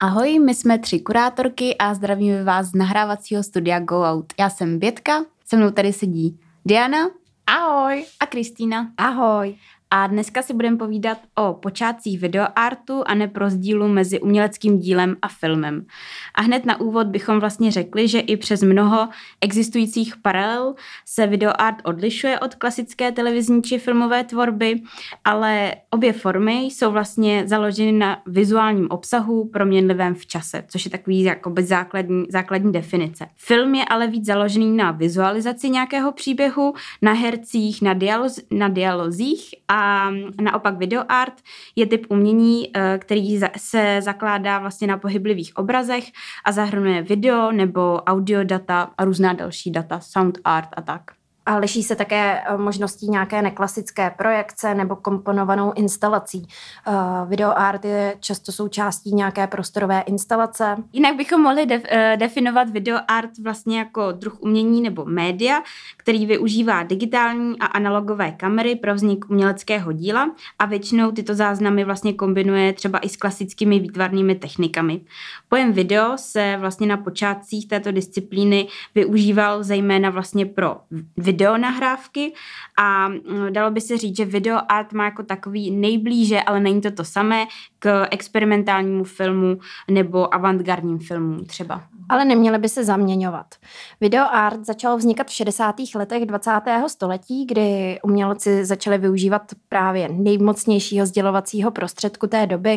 Ahoj, my jsme 3 kurátorky a zdravíme vás z nahrávacího studia Go Out. Já jsem Bětka, se mnou tady sedí Diana. Ahoj. A Kristýna. Ahoj. A dneska si budeme povídat o počátcích videoartu a rozdílu mezi uměleckým dílem a filmem. A hned na úvod bychom vlastně řekli, že i přes mnoho existujících paralel se videoart odlišuje od klasické televizní či filmové tvorby, ale obě formy jsou vlastně založeny na vizuálním obsahu proměnlivém v čase, což je takový jakoby základní definice. Film je ale víc založený na vizualizaci nějakého příběhu, na hercích, na dialozích a naopak videoart je typ umění, který se zakládá vlastně na pohyblivých obrazech a zahrnuje video nebo audio data a různá další data, sound art a tak. A liší se také možností nějaké neklasické projekce nebo komponovanou instalací. Videoart je často součástí nějaké prostorové instalace. Jinak bychom mohli definovat videoart vlastně jako druh umění nebo média, který využívá digitální a analogové kamery pro vznik uměleckého díla a většinou tyto záznamy vlastně kombinuje třeba i s klasickými výtvarnými technikami. Pojem video se vlastně na počátcích této disciplíny využíval zejména vlastně pro videonahrávky a dalo by se říct, že videoart má jako takový nejblíže, ale není to samé, k experimentálnímu filmu nebo avantgardním filmům třeba. Ale neměly by se zaměňovat. Videoart začal vznikat v 60. letech 20. století, kdy umělci začali využívat právě nejmocnějšího sdělovacího prostředku té doby,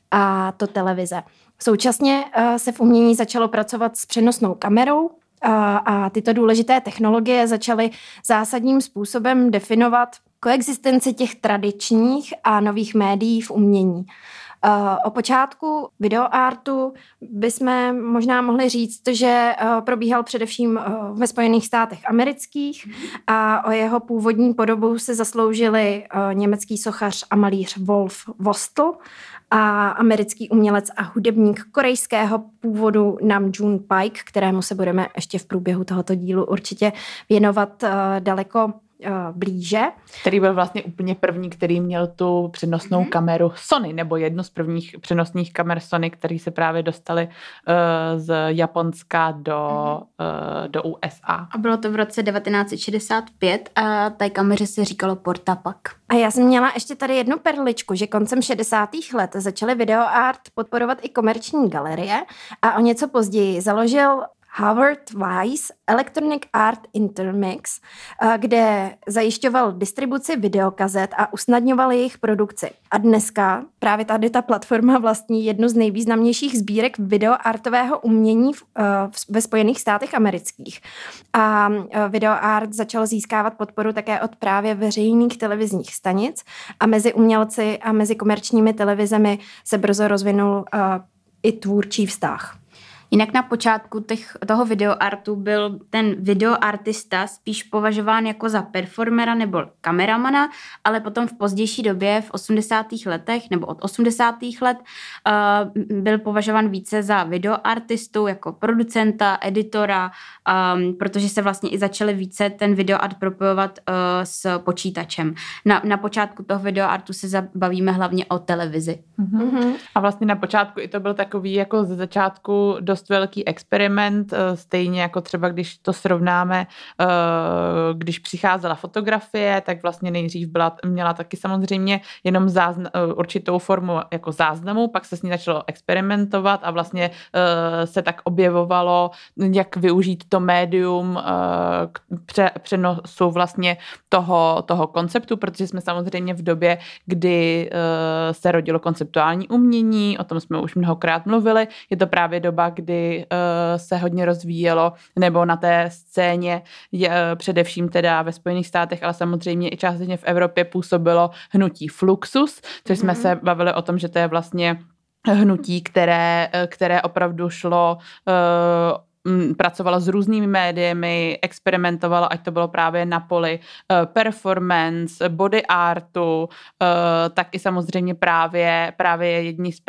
a to televize. Současně se v umění začalo pracovat s přenosnou kamerou, a tyto důležité technologie začaly zásadním způsobem definovat koexistenci těch tradičních a nových médií v umění. O počátku videoartu bychom možná mohli říct, že probíhal především ve Spojených státech amerických a o jeho původní podobu se zasloužili německý sochař a malíř Wolf Vostl a americký umělec a hudebník korejského původu Nam June Paik, kterému se budeme ještě v průběhu tohoto dílu určitě věnovat daleko blíže. Který byl vlastně úplně první, který měl tu přenosnou kameru Sony, nebo jednu z prvních přenosných kamer Sony, které se právě dostaly z Japonska do USA. A bylo to v roce 1965 a té kameře se říkalo Portapak. A já jsem měla ještě tady jednu perličku, že koncem 60. let začaly videoart podporovat i komerční galerie a o něco později založil Howard Weiss Electronic Art Intermix, kde zajišťoval distribuci videokazet a usnadňoval jejich produkci. A dneska právě tady ta platforma vlastní jednu z nejvýznamnějších sbírek videoartového umění ve Spojených státech amerických. A videoart začal získávat podporu také od právě veřejných televizních stanic a mezi umělci a mezi komerčními televizemi se brzo rozvinul i tvůrčí vztah. Jinak na počátku toho videoartu byl ten videoartista spíš považován jako za performera nebo kameramana, ale potom v pozdější době, v 80. letech nebo od 80. let, byl považován více za videoartistu, jako producenta, editora, protože se vlastně i začaly více ten videoart propojovat s počítačem. Na počátku toho videoartu se zabavíme hlavně o televizi. A vlastně na počátku i to byl takový jako ze začátku dost velký experiment, stejně jako třeba když to srovnáme, když přicházela fotografie, tak vlastně nejdřív měla taky samozřejmě jenom určitou formu jako záznamu, pak se s ní začalo experimentovat a vlastně se tak objevovalo, jak využít to médium k přenosu vlastně toho konceptu, protože jsme samozřejmě v době, kdy se rodilo konceptuální umění, o tom jsme už mnohokrát mluvili, je to právě doba, kdy se hodně rozvíjelo, nebo na té scéně především teda ve Spojených státech, ale samozřejmě i částečně v Evropě působilo hnutí Fluxus, což jsme se bavili o tom, že to je vlastně hnutí, které opravdu šlo pracovala s různými médiemi, experimentovala, ať to bylo právě na poli performance, body artu, tak i samozřejmě právě jedni z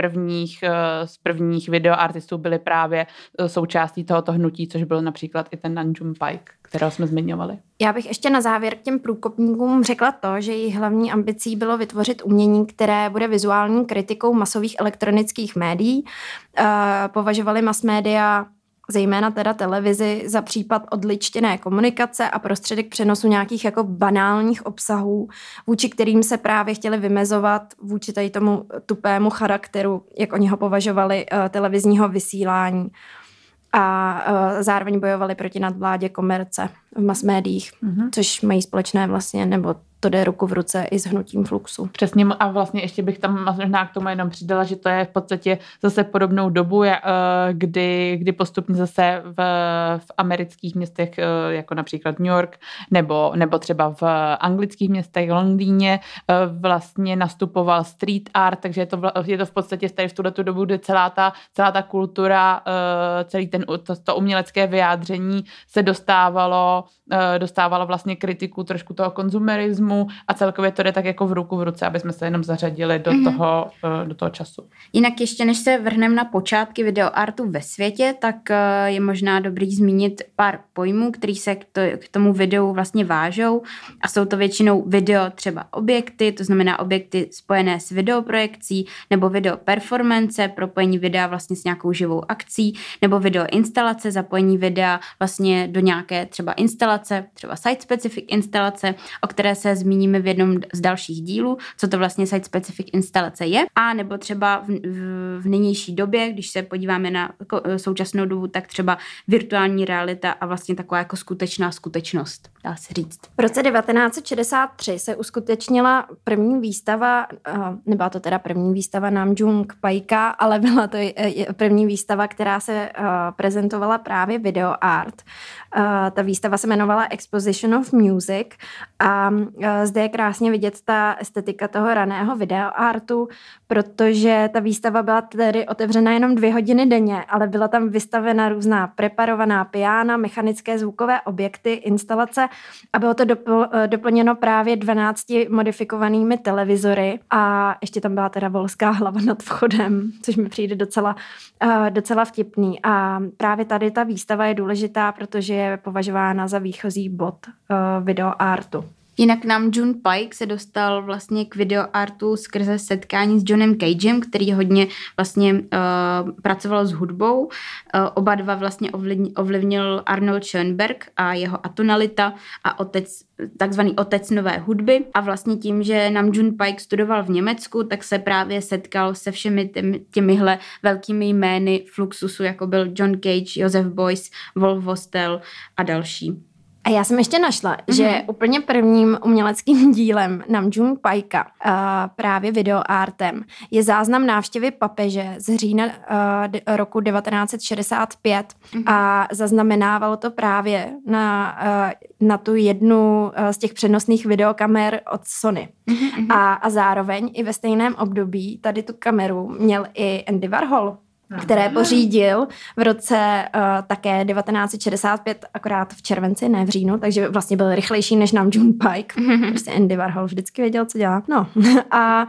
prvních videoartistů byli právě součástí tohoto hnutí, což byl například i ten Nam June Paik, kterého jsme zmiňovali. Já bych ještě na závěr k těm průkopníkům řekla to, že jejich hlavní ambicí bylo vytvořit umění, které bude vizuální kritikou masových elektronických médií. Považovali mass média, zejména teda televizi, za případ odličtěné komunikace a prostředek přenosu nějakých jako banálních obsahů, vůči kterým se právě chtěli vymezovat, vůči tady tomu tupému charakteru, jak oni ho považovali, televizního vysílání. A zároveň bojovali proti nadvládě komerce v mass médiích, což mají společné vlastně, nebo to jde ruku v ruce i s hnutím Fluxu. Přesně, a vlastně ještě bych tam možná k tomu jenom přidala, že to je v podstatě zase podobnou dobu, kdy postupně zase v amerických městech, jako například New York, nebo třeba v anglických městech, Londýně, vlastně nastupoval street art, takže je to v podstatě tady v tuhletu dobu, kdy celá ta kultura, celý to umělecké vyjádření se dostávalo vlastně kritiku trošku toho konzumerismu a celkově to jde tak jako v ruku v ruce, aby jsme se jenom zařadili do toho času. Jinak ještě než se vrhneme na počátky videoartu ve světě, tak je možná dobrý zmínit pár pojmů, který se k tomu videu vlastně vážou a jsou to většinou video třeba objekty, to znamená objekty spojené s videoprojekcí nebo video performance, propojení videa vlastně s nějakou živou akcí, nebo video instalace, zapojení videa vlastně do nějaké třeba instalace, třeba site-specific instalace, o které se zmíníme v jednom z dalších dílů, co to vlastně site-specific instalace je. A nebo třeba v nynější době, když se podíváme na současnou dobu, tak třeba virtuální realita a vlastně taková jako skutečná skutečnost, dá se říct. V roce 1963 se uskutečnila první výstava, nebyla to teda první výstava Nam June Paika, ale byla to první výstava, která se prezentovala právě video art. Ta výstava se jmenovala Exposition of Music a zde je krásně vidět ta estetika toho raného videoartu, protože ta výstava byla tedy otevřena jenom 2 hodiny denně, ale byla tam vystavena různá preparovaná piana, mechanické zvukové objekty, instalace a bylo to doplněno právě 12 modifikovanými televizory a ještě tam byla teda volská hlava nad vchodem, což mi přijde docela vtipný. A právě tady ta výstava je důležitá, protože je považována za výchozí bod videoartu. Jinak Nam June Paik se dostal vlastně k videoartu skrze setkání s Johnem Cagem, který hodně vlastně pracoval s hudbou. Oba dva vlastně ovlivnil Arnold Schoenberg a jeho atonalita a takzvaný otec nové hudby. A vlastně tím, že Nam June Paik studoval v Německu, tak se právě setkal se všemi těmihle velkými jmény Fluxusu, jako byl John Cage, Joseph Beuys, Wolf Vostell a další. A já jsem ještě našla, že úplně prvním uměleckým dílem Nam June Paika, právě videoartem, je záznam návštěvy papeže z října roku 1965 a zaznamenávalo to právě na tu jednu z těch přenosných videokamer od Sony. A zároveň i ve stejném období tady tu kameru měl i Andy Warhol, které pořídil v roce také 1965, akorát v červenci, ne v říjnu, takže vlastně byl rychlejší než Nam June Paik. Prostě Andy Warhol vždycky věděl, co dělá. No. A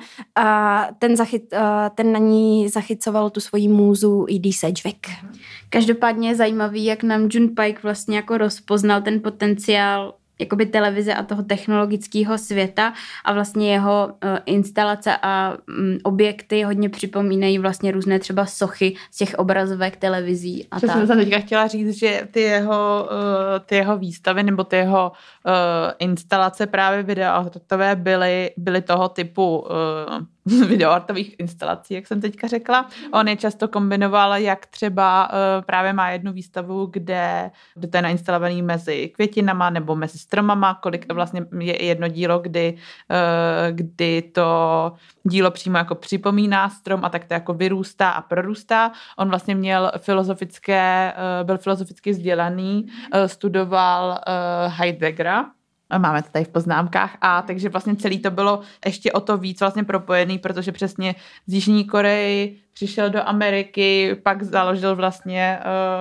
ten na ní zachycoval tu svoji můzu E.D. Sedgwick. Každopádně je zajímavý, jak Nam June Paik vlastně jako rozpoznal ten potenciál jakoby televize a toho technologického světa a vlastně jeho instalace a objekty hodně připomínají vlastně různé třeba sochy z těch obrazovek televizí. A jsem teďka chtěla říct, že ty jeho výstavy nebo ty jeho instalace právě videoartové byly toho typu videoartových instalací, jak jsem teďka řekla. On je často kombinoval, jak třeba právě má jednu výstavu, kde to je nainstalovaný mezi květinama nebo mezi stromama, kolik vlastně je jedno dílo, kdy to dílo přímo jako připomíná strom a tak to jako vyrůstá a prorůstá. On vlastně byl filozoficky vzdělaný, studoval Heideggera, Máme to tady v poznámkách. A takže vlastně celý to bylo ještě o to víc vlastně propojený, protože přesně z Jižní Koreji přišel do Ameriky, pak založil vlastně,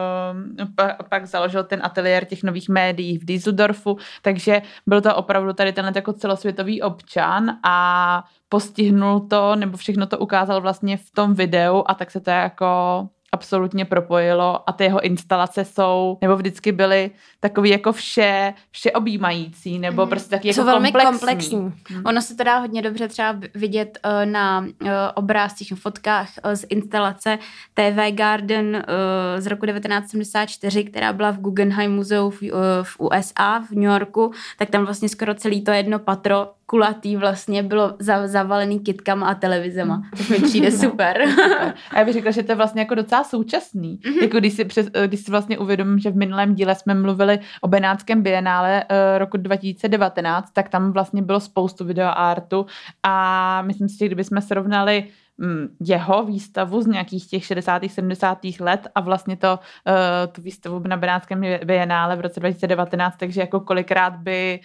pak založil ten ateliér těch nových médií v Düsseldorfu, takže byl to opravdu tady tenhle jako celosvětový občan a postihnul to, nebo všechno to ukázal vlastně v tom videu a tak se to jako absolutně propojilo a ty jeho instalace jsou, nebo vždycky byly takový jako všeobjímající, nebo prostě taky jako velmi komplexní. Ono se to dá hodně dobře třeba vidět na obrázcích, na fotkách z instalace TV Garden z roku 1974, která byla v Guggenheim muzeu v USA, v New Yorku, tak tam vlastně skoro celý to jedno patro kulatý vlastně bylo zavalený kytkama a televizema. To mi přijde super. A já bych řekla, že to je vlastně jako docela současný. Jako když si vlastně uvědomím, že v minulém díle jsme mluvili o Benátském bienále roku 2019, tak tam vlastně bylo spoustu videoartu a myslím si, že kdybychom srovnali jeho výstavu z nějakých těch 60. 70. let a vlastně tu výstavu na Benátském bienále v roce 2019, takže jako kolikrát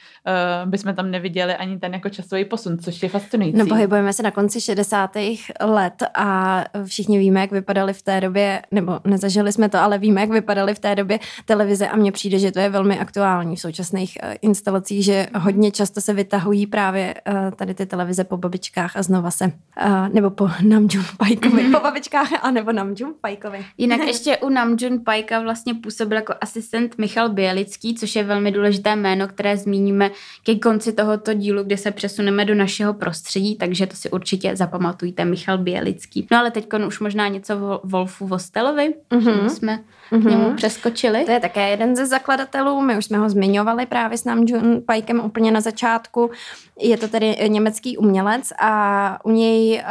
bychom tam neviděli ani ten jako časový posun, což je fascinující. No pohybujeme se na konci 60. let a všichni víme, jak vypadaly v té době, nebo nezažili jsme to, ale víme, jak vypadaly v té době televize a mně přijde, že to je velmi aktuální v současných instalacích, že hodně často se vytahují právě tady ty televize po babičkách a znova se, nebo po Namjoon Paikovi, po babičkách a nebo Namjoon Paikovi. Jinak ještě u Namjoon Paika vlastně působil jako asistent Michal Bielický, což je velmi důležité jméno, které zmíníme ke konci tohoto dílu, kde se přesuneme do našeho prostředí, takže to si určitě zapamatujte, Michal Bielický. No ale teď už možná něco o Wolfu Vostelovi, že jsme k němu přeskočili. To je také jeden ze zakladatelů, my už jsme ho zmiňovali právě s Namjoon Paikem úplně na začátku. Je to tedy německý umělec a u něj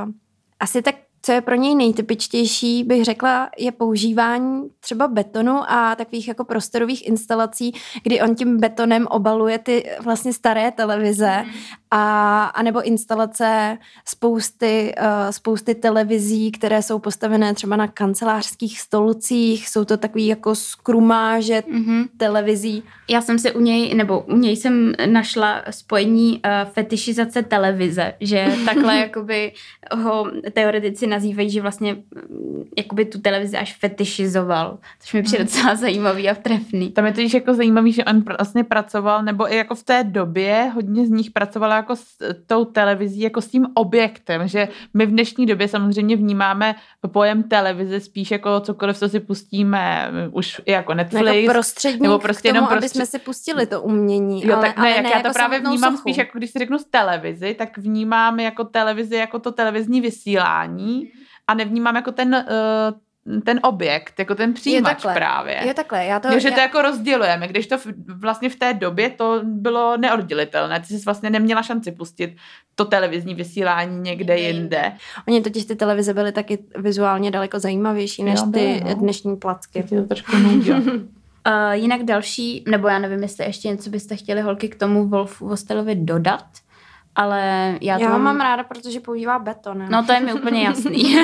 asi tak, co je pro něj nejtypičtější, bych řekla, je používání třeba betonu a takových jako prostorových instalací, kdy on tím betonem obaluje ty vlastně staré televize a nebo instalace spousty televizí, které jsou postavené třeba na kancelářských stolcích, jsou to takový jako skrumáže televizí. Já jsem se u něj jsem našla spojení fetišizace televize, že takhle jakoby ho teoretici nazývají, že vlastně jakoby tu televizi až fetišizoval, což mi přijde docela zajímavý a trefný. Tam je to jako zajímavý, že on vlastně pracoval, nebo i jako v té době hodně z nich pracovalo jako s tou televizí, jako s tím objektem, že my v dnešní době samozřejmě vnímáme pojem televize spíš jako cokoliv, co si pustíme už jako Netflix. Jako prostředník nebo prostě k tomu, aby jsme si pustili to umění. Jo, tak ale ne, já to právě vnímám sochu. Spíš, jako když si řeknu z televizi, tak vnímám jako televizi, jako to televizní vysílání a nevnímám jako ten objekt, jako ten přijímač právě. Je takhle. Takže to jako rozdělujeme, když to vlastně v té době to bylo neoddělitelné. Ty jsi vlastně neměla šanci pustit to televizní vysílání někde jinde. Oni totiž ty televize byly taky vizuálně daleko zajímavější než ty dnešní placky. To trošku nudilo. Jinak další, nebo já nevím, jestli ještě něco byste chtěli holky k tomu Wolfu Vostelovi dodat, ale já ho mám ráda, protože používá beton. Ne? No to je mi úplně jasný.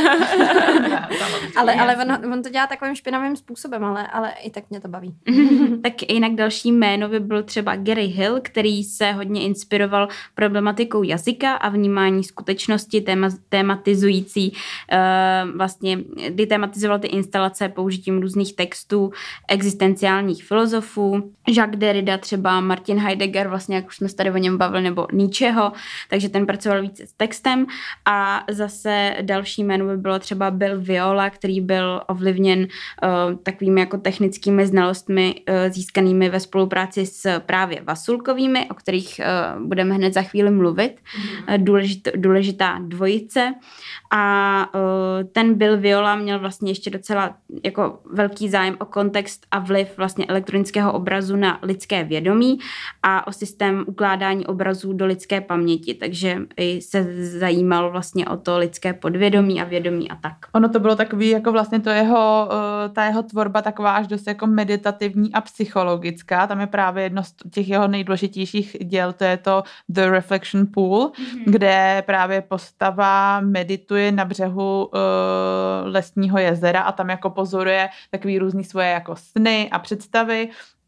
ale on to dělá takovým špinavým způsobem, ale i tak mě to baví. Tak jinak další jméno by byl třeba Gary Hill, který se hodně inspiroval problematikou jazyka a vnímání skutečnosti tématizující vlastně, kdy tematizoval ty instalace použitím různých textů existenciálních filozofů. Jacques Derrida třeba, Martin Heidegger, vlastně jak už jsme se tady o něm bavili, nebo Nietzscheho, takže ten pracoval více s textem a zase další jméno by bylo třeba Bill Viola, který byl ovlivněn takovými jako technickými znalostmi získanými ve spolupráci s právě Vasulkovými, o kterých budeme hned za chvíli mluvit. Důležitá dvojice a ten Bill Viola měl vlastně ještě docela jako velký zájem o kontext a vliv vlastně elektronického obrazu na lidské vědomí a o systém ukládání obrazů do lidské paměti, takže i se zajímal vlastně o to lidské podvědomí a vědomí a tak. Ono to bylo takový, jako vlastně ta jeho tvorba taková až dost jako meditativní a psychologická, tam je právě jedno z těch jeho nejdůležitějších děl, to je to The Reflection Pool, kde právě postava medituje na břehu lesního jezera a tam jako pozoruje takový různý svoje jako sny a představy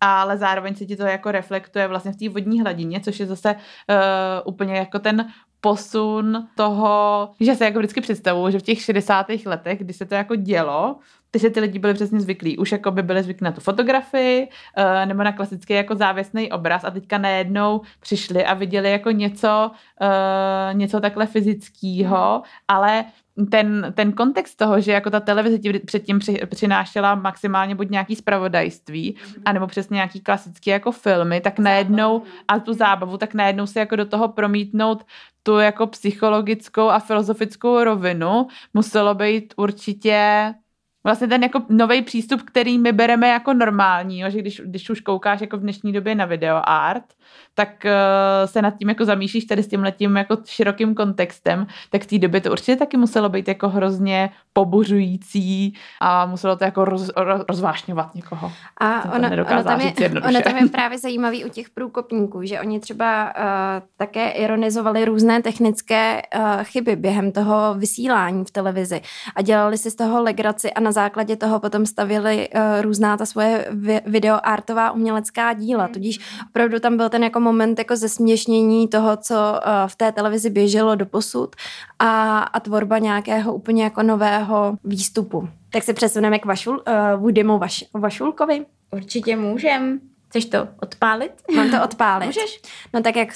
ale zároveň se ti to jako reflektuje vlastně v té vodní hladině, což je zase úplně jako ten posun toho, že se jako vždycky představuju, že v těch 60. letech, kdy se to jako dělo, takže ty lidi byli přesně zvyklí. Už jako by byli zvyklí na tu fotografii nebo na klasický jako závěsný obraz a teďka najednou přišli a viděli jako něco takhle fyzického, ale ten kontext toho, že jako ta televize ti předtím přinášela maximálně buď nějaký zpravodajství, anebo přesně nějaký klasický jako filmy, tak najednou a tu zábavu, tak najednou se jako do toho promítnout tu jako psychologickou a filozofickou rovinu muselo být určitě vlastně ten jako nový přístup, který my bereme jako normální, jo? Že když už koukáš jako v dnešní době na videoart, tak se nad tím jako zamýšlíš tady s tímhletím jako širokým kontextem, tak v té době to určitě taky muselo být jako hrozně pobuřující a muselo to jako rozvášňovat někoho. A ono tam je právě zajímavý u těch průkopníků, že oni třeba také ironizovali různé technické chyby během toho vysílání v televizi a dělali si z toho legraci a na základě toho potom stavěli různá ta svoje videoartová umělecká díla. Tudíž opravdu tam byl ten jako moment jako zesměšnění toho, co v té televizi běželo doposud a tvorba nějakého úplně jako nového výstupu. Tak se přesuneme k Woodymu Vašulkovi. Určitě můžem. Chceš to odpálit? Mám to odpálit. Můžeš? No tak jak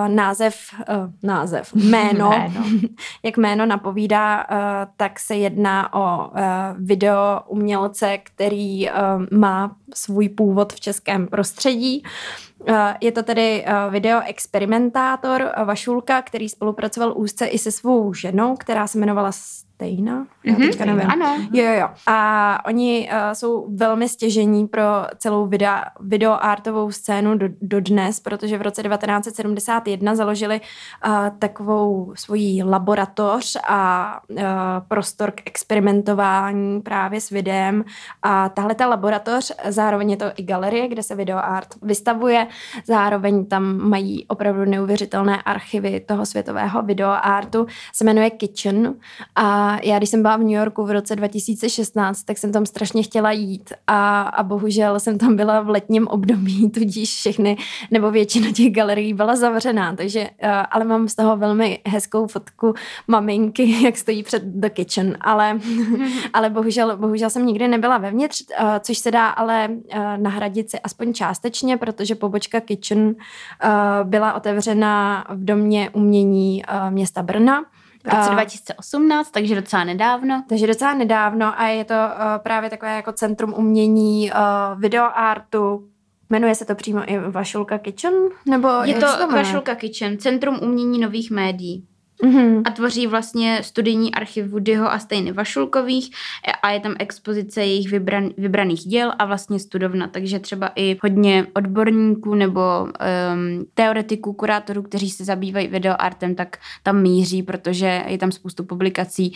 jak jméno napovídá, tak se jedná o video umělce, který má svůj původ v českém prostředí. Je to tedy video experimentátor Vašulka, který spolupracoval úzce i se svou ženou, která se jmenovala Stejna. Já teďka nevím. Ano. Jo. A oni jsou velmi stěžení pro celou videoartovou scénu do dnes, protože v roce 1971 založili takovou svoji laboratoř a prostor k experimentování právě s videem. A tahle ta laboratoř, zároveň je to i galerie, kde se videoart vystavuje, zároveň tam mají opravdu neuvěřitelné archivy toho světového videoartu, se jmenuje Kitchen a já, když jsem byla v New Yorku v roce 2016, tak jsem tam strašně chtěla jít a bohužel jsem tam byla v letním období, tudíž všechny nebo většina těch galerií byla zavřená, takže, ale mám z toho velmi hezkou fotku maminky, jak stojí před The Kitchen, ale bohužel jsem nikdy nebyla vevnitř, což se dá ale nahradit si aspoň částečně, protože pobočka Kitchen byla otevřena v Domě umění města Brna. V roce 2018, takže docela nedávno. A je to právě takové jako centrum umění, videoartu. Jmenuje se to přímo i Vašulka Kitchen? Nebo je to Vašulka Kitchen, Centrum umění nových médií. A tvoří vlastně studijní archiv Woodyho a Stejny Vašulkových a je tam expozice jejich vybraných děl a vlastně studovna, takže třeba i hodně odborníků nebo teoretiků, kurátorů, kteří se zabývají videoartem, tak tam míří, protože je tam spoustu publikací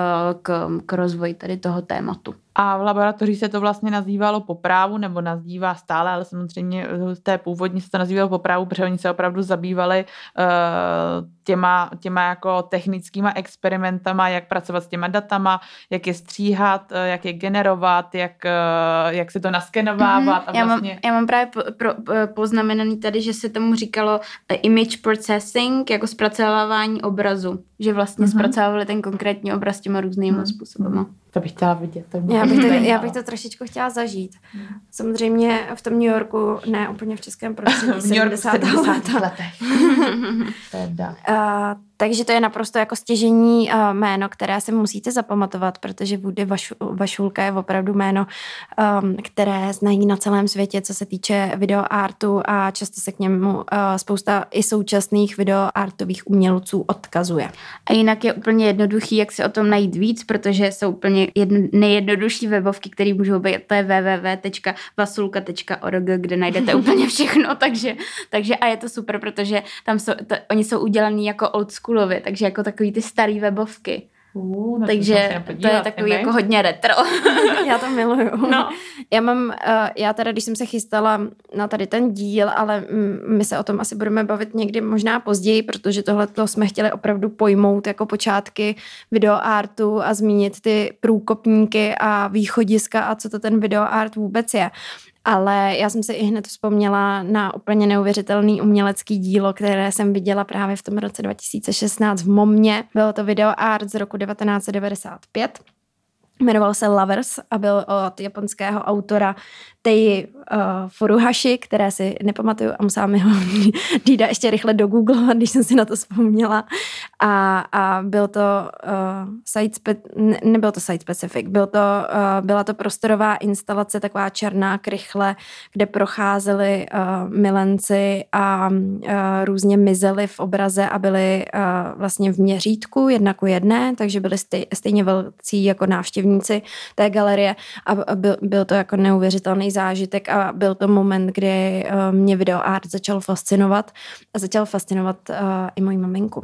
k rozvoji tady toho tématu. A v laboratoři se to vlastně nazývalo po právu, nebo nazývá stále, ale samozřejmě z té původní se to nazývalo po právu, protože oni se opravdu zabývali těma jako technickýma experimentama, jak pracovat s těma datama, jak je stříhat, jak je generovat, jak se to naskenovávat. A vlastně... Já mám právě poznamenaný tady, že se tomu říkalo image processing, jako zpracovávání obrazu, že vlastně zpracovávali ten konkrétní obraz těma různýma způsobama. To bych chtěla vidět. Já bych to trošičku chtěla zažít. Samozřejmě v tom New Yorku, ne úplně v českém prostředí, 70. letech. Takže to je naprosto jako stěžení jméno, které si musíte zapamatovat, protože Woody Vašulka je opravdu jméno, které znají na celém světě, co se týče videoartu a často se k němu spousta i současných videoartových umělců odkazuje. A jinak je úplně jednoduchý, jak se o tom najít víc, protože jsou úplně nejjednodušší webovky, které můžou být, to je www.vasulka.org, kde najdete úplně všechno, takže a je to super, protože tam oni jsou udělaný jako old schoolově, takže jako takový ty starý webovky. Takže to je takový jako hodně retro. Já to miluju. No. Já teda, když jsem se chystala na tady ten díl, ale my se o tom asi budeme bavit někdy možná později, protože tohleto jsme chtěli opravdu pojmout jako počátky videoartu a zmínit ty průkopníky a východiska a co to ten videoart vůbec je. Ale já jsem si i hned vzpomněla na úplně neuvěřitelný umělecký dílo, které jsem viděla právě v tom roce 2016 v MOMě. Bylo to video art z roku 1995. Jmenoval se Lovers a byl od japonského autora Teiji Furuhashi, které si nepamatuju a musela mi ho Dída ještě rychle dogooglovat, když jsem si na to vzpomněla. A byl to nebyl to site specific, byla to prostorová instalace, taková černá krychle, kde procházeli milenci a různě mizeli v obraze a byli vlastně v měřítku 1:1, takže byli stejně velcí jako návštěvníci té galerie a byl to jako neuvěřitelný zážitek a byl to moment, kdy mě video art začal fascinovat a začal fascinovat i moji maminku.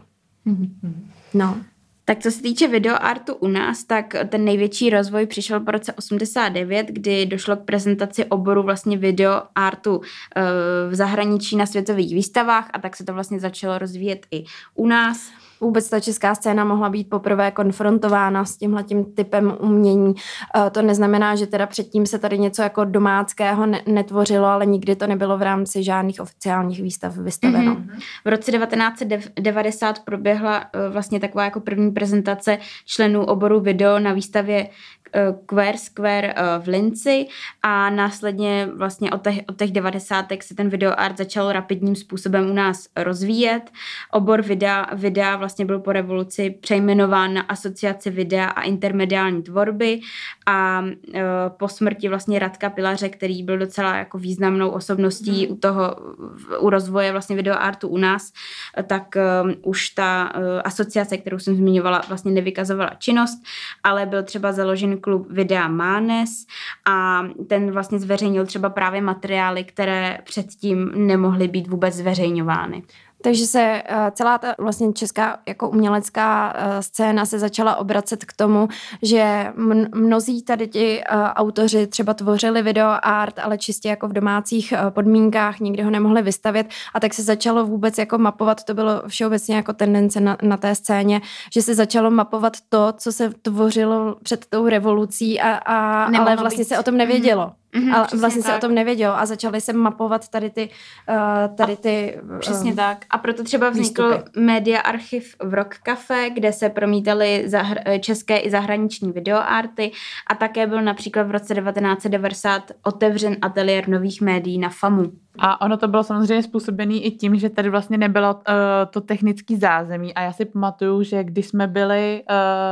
No. Tak co se týče videoartu u nás, tak ten největší rozvoj přišel po roce 89, kdy došlo k prezentaci oboru vlastně videoartu v zahraničí na světových výstavách a tak se to vlastně začalo rozvíjet i u nás. Vůbec ta česká scéna mohla být poprvé konfrontována s tímhletím typem umění. To neznamená, že teda předtím se tady něco jako domáckého netvořilo, ale nikdy to nebylo v rámci žádných oficiálních výstav vystaveno. V roce 1990 proběhla vlastně taková jako první prezentace členů oboru video na výstavě Queer Square v Linci a následně vlastně od těch 90. se ten videoart začal rapidním způsobem u nás rozvíjet. Obor videa vlastně byl po revoluci přejmenován na Asociaci videa a intermediální tvorby a po smrti vlastně Radka Pilaře, který byl docela jako významnou osobností u rozvoje vlastně videoartu u nás, tak už ta asociace, kterou jsem zmiňovala, vlastně nevykazovala činnost, ale byl třeba založen klub Videa Mánes a ten vlastně zveřejnil třeba právě materiály, které předtím nemohly být vůbec zveřejňovány. Takže se celá ta vlastně česká jako umělecká scéna se začala obracet k tomu, že mnozí tady ti autoři třeba tvořili videoart, ale čistě jako v domácích podmínkách, nikdy ho nemohli vystavět a tak se začalo vůbec jako mapovat, to bylo všeobecně jako tendence na té scéně, že se začalo mapovat to, co se tvořilo před tou revolucí ale vlastně se o tom nevědělo. Ale vlastně se o tom nevědělo a začaly se mapovat tady ty přesně tak. A proto třeba vznikl Media Archiv v Rock Cafe, kde se promítaly české i zahraniční videoarty a také byl například v roce 1990 otevřen ateliér nových médií na FAMu. A ono to bylo samozřejmě způsobený i tím, že tady vlastně nebylo to technické zázemí a já si pamatuju, že když jsme byli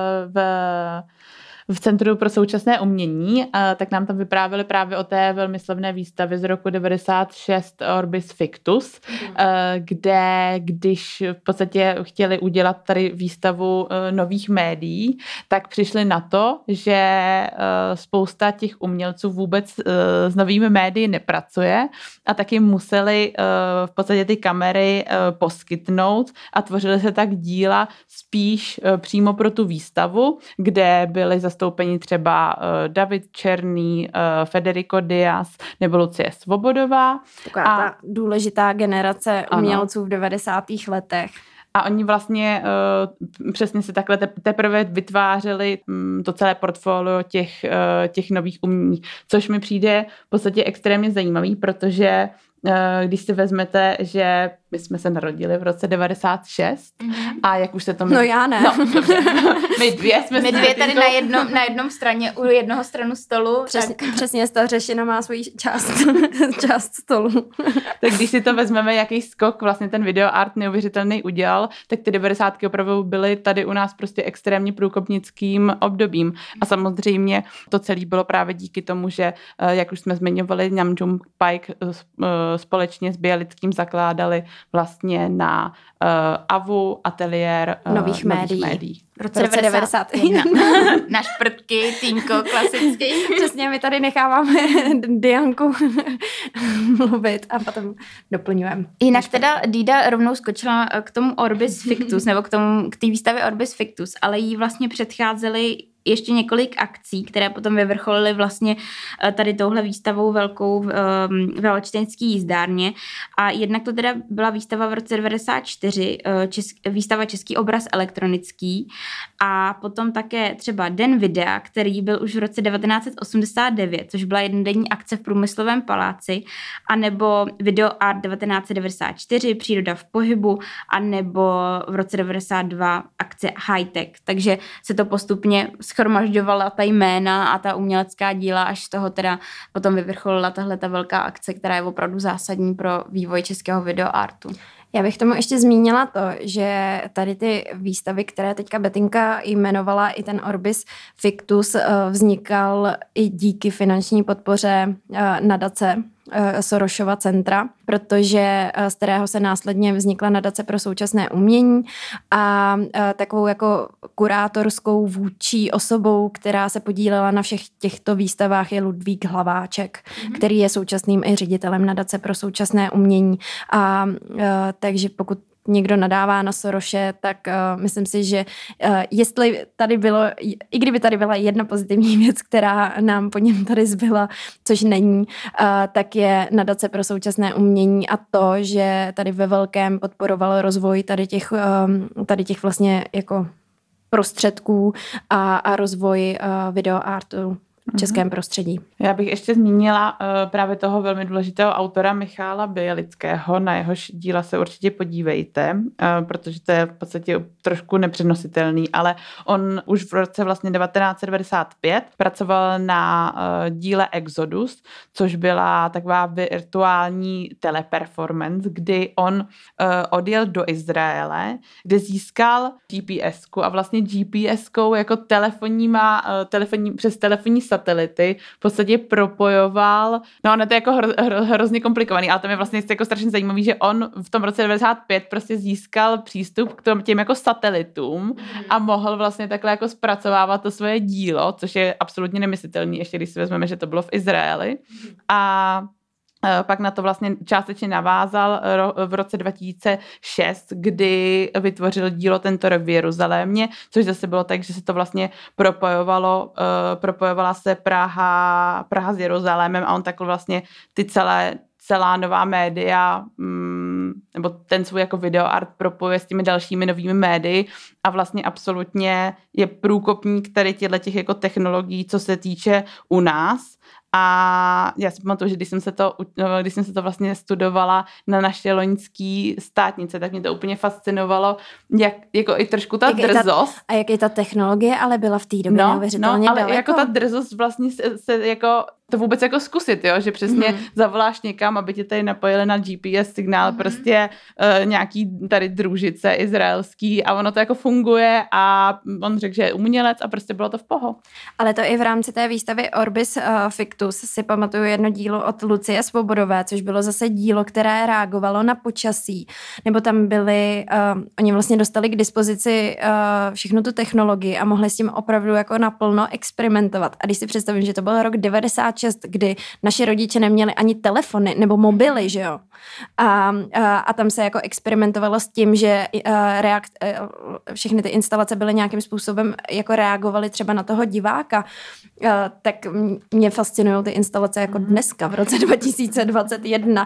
v Centru pro současné umění, tak nám tam vyprávěli právě o té velmi slavné výstavě z roku 96 Orbis Fictus, kde když v podstatě chtěli udělat tady výstavu nových médií, tak přišli na to, že spousta těch umělců vůbec s novými médii nepracuje a taky museli v podstatě ty kamery poskytnout a tvořily se tak díla spíš přímo pro tu výstavu, kde byly zastoupeni třeba David Černý, Federico Díaz nebo Lucie Svobodová. Taková ta důležitá generace umělců v 90. letech. A oni vlastně přesně se takhle teprve vytvářeli to celé portfolio těch nových umění, což mi přijde v podstatě extrémně zajímavý, protože když si vezmete, že my jsme se narodili v roce 96 a jak už se to... No já ne. No, dobře. My dvě tady na jednom straně, u jednoho stranu stolu. Přesně, Stařešina má svoji část stolu. Tak když si to vezmeme, jaký skok vlastně ten videoart neuvěřitelný udělal, tak ty 90. opravdu byly tady u nás prostě extrémně průkopnickým obdobím. A samozřejmě to celé bylo právě díky tomu, že, jak už jsme zmiňovali, Nam June Paik společně s Bielickým zakládali vlastně na AVU ateliér nových médií. V roce 91. Náš prdky, týmko klasický. Přesně, my tady necháváme Dianku mluvit a potom doplňujeme. Jinak teda Dída rovnou skočila k tomu Orbis Fictus, nebo k té výstavě Orbis Fictus, ale jí vlastně předcházely ještě několik akcí, které potom vyvrcholily vlastně tady touhle výstavou velkou ve Valštejnské jízdárně. A jednak to teda byla výstava v roce 1994, výstava Český obraz elektronický, a potom také třeba Den videa, který byl už v roce 1989, což byla jednodenní akce v Průmyslovém paláci, anebo Video Art 1994, Příroda v pohybu, anebo v roce 1992 akce High Tech. Takže se to postupně shromažďovala ta jména a ta umělecká díla, až z toho teda potom vyvrcholila tahle ta velká akce, která je opravdu zásadní pro vývoj českého videoartu. Já bych tomu ještě zmínila to, že tady ty výstavy, které teďka Betinka jmenovala, i ten Orbis Fictus, vznikal i díky finanční podpoře nadace Sorosova centra, protože z kterého se následně vznikla nadace pro současné umění a takovou jako kurátorskou vůdčí osobou, která se podílela na všech těchto výstavách, je Ludvík Hlaváček, který je současným i ředitelem nadace pro současné umění. A takže pokud někdo nadává na Soroše, tak myslím si, že jestli tady bylo, i kdyby tady byla jedna pozitivní věc, která nám po něm tady zbyla, což není, tak je nadace pro současné umění a to, že tady ve velkém podporoval rozvoj tady těch vlastně jako prostředků a rozvoj videoartu v českém prostředí. Já bych ještě zmínila právě toho velmi důležitého autora Michala Bělického, na jehož díla se určitě podívejte, protože to je v podstatě trošku nepřenositelný, ale on už v roce vlastně 1995 pracoval na díle Exodus, což byla taková virtuální teleperformance, kdy on odjel do Izraele, kde získal GPS-ku a vlastně GPS-kou jako přes telefonní satelity v podstatě propojoval, no ono to je jako hrozně komplikovaný, ale to je vlastně jako strašně zajímavý, že on v tom roce 95 prostě získal přístup k těm jako satelitům a mohl vlastně takhle jako zpracovávat to svoje dílo, což je absolutně nemyslitelný, ještě když si vezmeme, že to bylo v Izraeli. A pak na to vlastně částečně navázal v roce 2006, kdy vytvořil dílo Tento rok v Jeruzalémě, což zase bylo tak, že se to vlastně propojovala se Praha s Jeruzalémem a on takhle vlastně ty celá nová média, nebo ten svůj jako videoart propojuje s těmi dalšími novými médii a vlastně absolutně je průkopník tady těch jako technologií, co se týče u nás. A já si pamatuju, že když jsem se to vlastně studovala na naše loňský státnice, tak mě to úplně fascinovalo, jak jako i trošku ta drzost. A jak je ta technologie, ale byla v té době neuvěřitelně ale daleko. jako ta drzost vlastně se jako to vůbec jako zkusit, jo? Že přesně zavoláš někam, aby tě tady napojili na GPS signál, prostě nějaký tady družice izraelský a ono to jako funguje a on řekl, že je umělec a prostě bylo to v poho. Ale to i v rámci té výstavy Orbis Fictus si pamatuju jedno dílo od Lucie Svobodové, což bylo zase dílo, které reagovalo na počasí, nebo tam byli, oni vlastně dostali k dispozici všechnu tu technologii a mohli s tím opravdu jako naplno experimentovat. A když si představím, že to byl rok 96, kdy naši rodiče neměli ani telefony nebo mobily, že jo. A tam se jako experimentovalo s tím, že všechny ty instalace byly nějakým způsobem jako reagovaly třeba na toho diváka. Tak mě fascinují ty instalace jako dneska v roce 2021,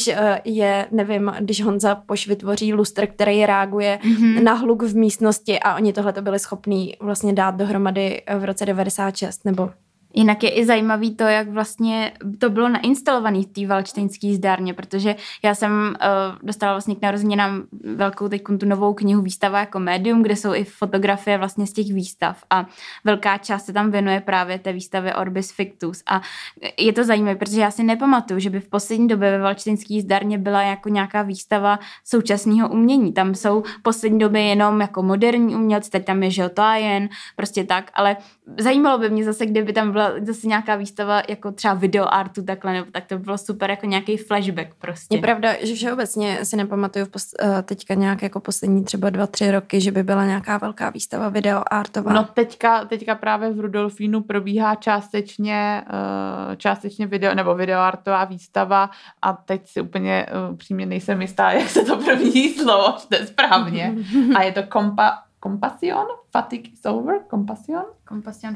když Honza Poš vytvoří lustr, který reaguje na hluk v místnosti a oni tohle to byli schopní vlastně dát dohromady v roce 96 nebo Jinak je i zajímavý to, jak vlastně to bylo nainstalovaný v té valštejnské jízdárně, protože já jsem dostala vlastně k narozeninám velkou tu novou knihu Výstava jako médium, kde jsou i fotografie vlastně z těch výstav a velká část se tam věnuje právě té výstavě Orbis Fictus a je to zajímavé, protože já si nepamatuju, že by v poslední době ve valštejnské jízdárně byla jako nějaká výstava současného umění. Tam jsou v poslední době jenom jako moderní umělci, teď tam je Žiltájen, prostě tak, ale zajímalo by mě zase, kdyby tam byla zase nějaká výstava jako třeba videoartu takhle, nebo tak to bylo super jako nějaký flashback prostě. Je pravda, že všeobecně si nepamatuju teďka nějak jako poslední třeba 2-3 roky, že by byla nějaká velká výstava videoartová. No teďka právě v Rudolfínu probíhá částečně videoartová výstava a teď si úplně upřímně nejsem jistá, jak se to první slovo čte správně. A je to Compassion? Fatigue is over? Compassion? Compassion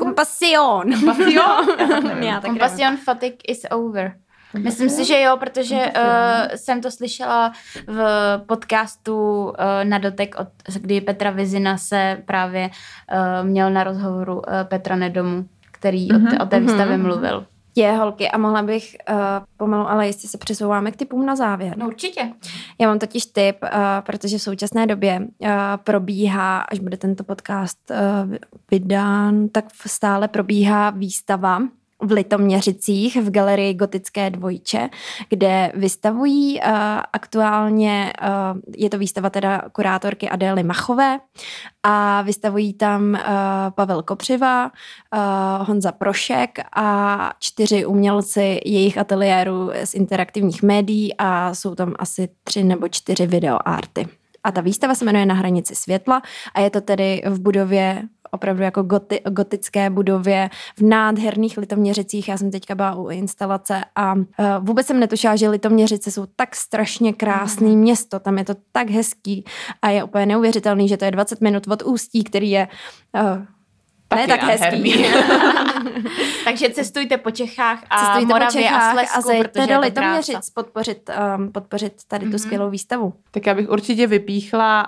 fatigue is over. Myslím si, že jo, protože jsem to slyšela v podcastu Na dotek, kdy Petra Vizina se právě měl na rozhovoru Petra Nedomu, který o té výstavě mluvil. Holky, a mohla bych pomalu, ale jestli se přesouváme k tipům na závěr. No určitě. Já mám totiž tip, protože v současné době probíhá, až bude tento podcast vydán, tak stále probíhá výstava v Litoměřicích v galerii Gotické dvojče, kde vystavují aktuálně, je to výstava teda kurátorky Adély Machové a vystavují tam Pavel Kopřiva, Honza Prošek a 4 umělci jejich ateliéru z interaktivních médií a jsou tam asi 3 nebo 4 videoarty. A ta výstava se jmenuje Na hranici světla a je to tedy v budově opravdu jako gotické budově v nádherných Litoměřicích. Já jsem teďka byla u instalace a vůbec jsem netušila, že Litoměřice jsou tak strašně krásný město. Tam je to tak hezký a je úplně neuvěřitelný, že to je 20 minut od Ústí, který je ne tak hezký. Takže cestujte po Čechách a Moravě a Slezsku, zajďte do Litoměřic podpořit tady tu skvělou výstavu. Tak já bych určitě vypíchla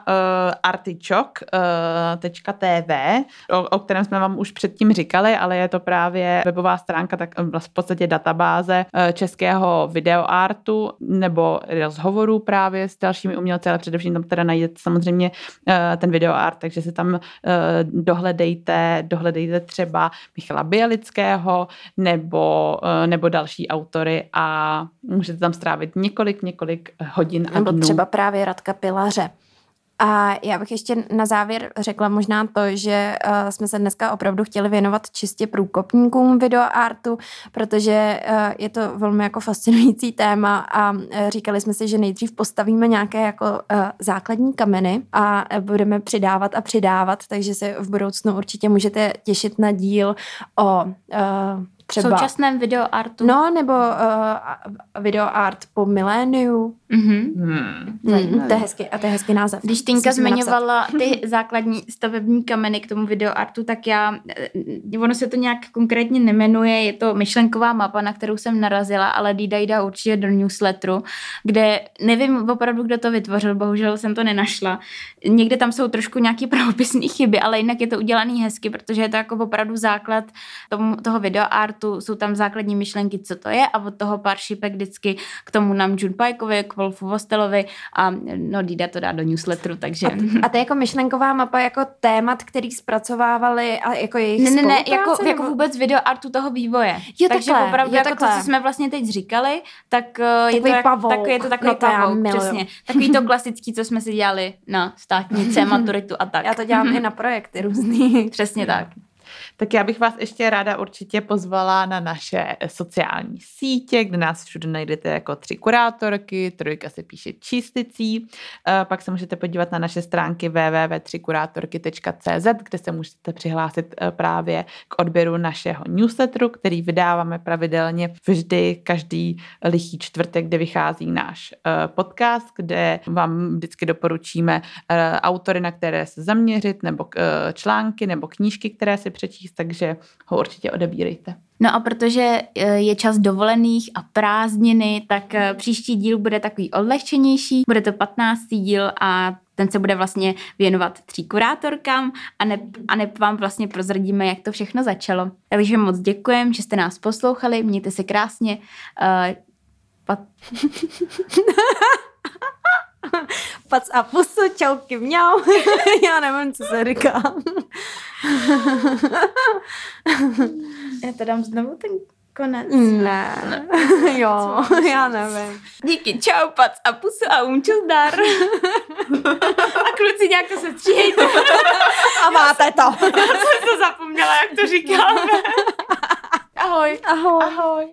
artichok.tv, o kterém jsme vám už předtím říkali, ale je to právě webová stránka, tak v podstatě databáze českého videoartu nebo rozhovorů právě s dalšími umělci, ale především tam teda najdete samozřejmě ten videoart, takže se tam dohledejte třeba Michala Bielického nebo další autory a můžete tam strávit několik hodin a dnů. Nebo třeba právě Radka Pilaře. A já bych ještě na závěr řekla možná to, že jsme se dneska opravdu chtěli věnovat čistě průkopníkům videoartu, protože je to velmi jako fascinující téma a říkali jsme si, že nejdřív postavíme nějaké jako základní kameny a budeme přidávat, takže se v budoucnu určitě můžete těšit na díl o třeba současném videoartu. No, nebo videoart po miléniu. To je hezký název. Když Tinka zmiňovala ty základní stavební kameny k tomu videoartu, tak ono se to nějak konkrétně nemenuje, je to myšlenková mapa, na kterou jsem narazila, ale dá určitě do newsletteru, kde nevím opravdu, kdo to vytvořil, bohužel jsem to nenašla. Někde tam jsou trošku nějaké pravopisné chyby, ale jinak je to udělaný hezky, protože je to jako opravdu základ toho videoartu, jsou tam základní myšlenky, co to je a od toho pár šipek vždycky k tomu nám June Pikeovi, k Wolfu Vostelovi a Dida to dá do newsletteru, takže... A to je jako myšlenková mapa jako témat, který zpracovávali a jako jejich spolupráce? Ne, jako vůbec videoartu toho vývoje. Jo, takže takhle, opravdu jako to, co jsme vlastně teď říkali, tak je to takový pavouk, přesně. Takový to klasický, co jsme si dělali na státnice, maturitu a tak. Já to dělám i na projekty různý. Přesně tak. Tak já bych vás ještě ráda určitě pozvala na naše sociální sítě, kde nás všude najdete jako 3 kurátorky, 3 se píše číslicí. Pak se můžete podívat na naše stránky www.3kurátorky.cz, kde se můžete přihlásit právě k odběru našeho newsletteru, který vydáváme pravidelně vždy každý lichý čtvrtek, kde vychází náš podcast, kde vám vždycky doporučíme autory, na které se zaměřit, nebo články, nebo knížky, které si přečíst, takže ho určitě odebírejte. No a protože je čas dovolených a prázdniny, tak příští díl bude takový odlehčenější. Bude to 15. díl a ten se bude vlastně věnovat 3 kurátorkám a neb vám vlastně prozradíme, jak to všechno začalo. Takže moc děkujem, že jste nás poslouchali, mějte se krásně. Pac a pusu, čauky, mňau. Já nevím, co se říká. Já to dám znovu ten konec. Ne. Jo, já nevím. Díky, čau, pac a pusu a umču zdar. A kluci nějak to se stříhejte. A máte to. Já jsem to zapomněla, jak to říkáme. Ahoj. Ahoj. Ahoj.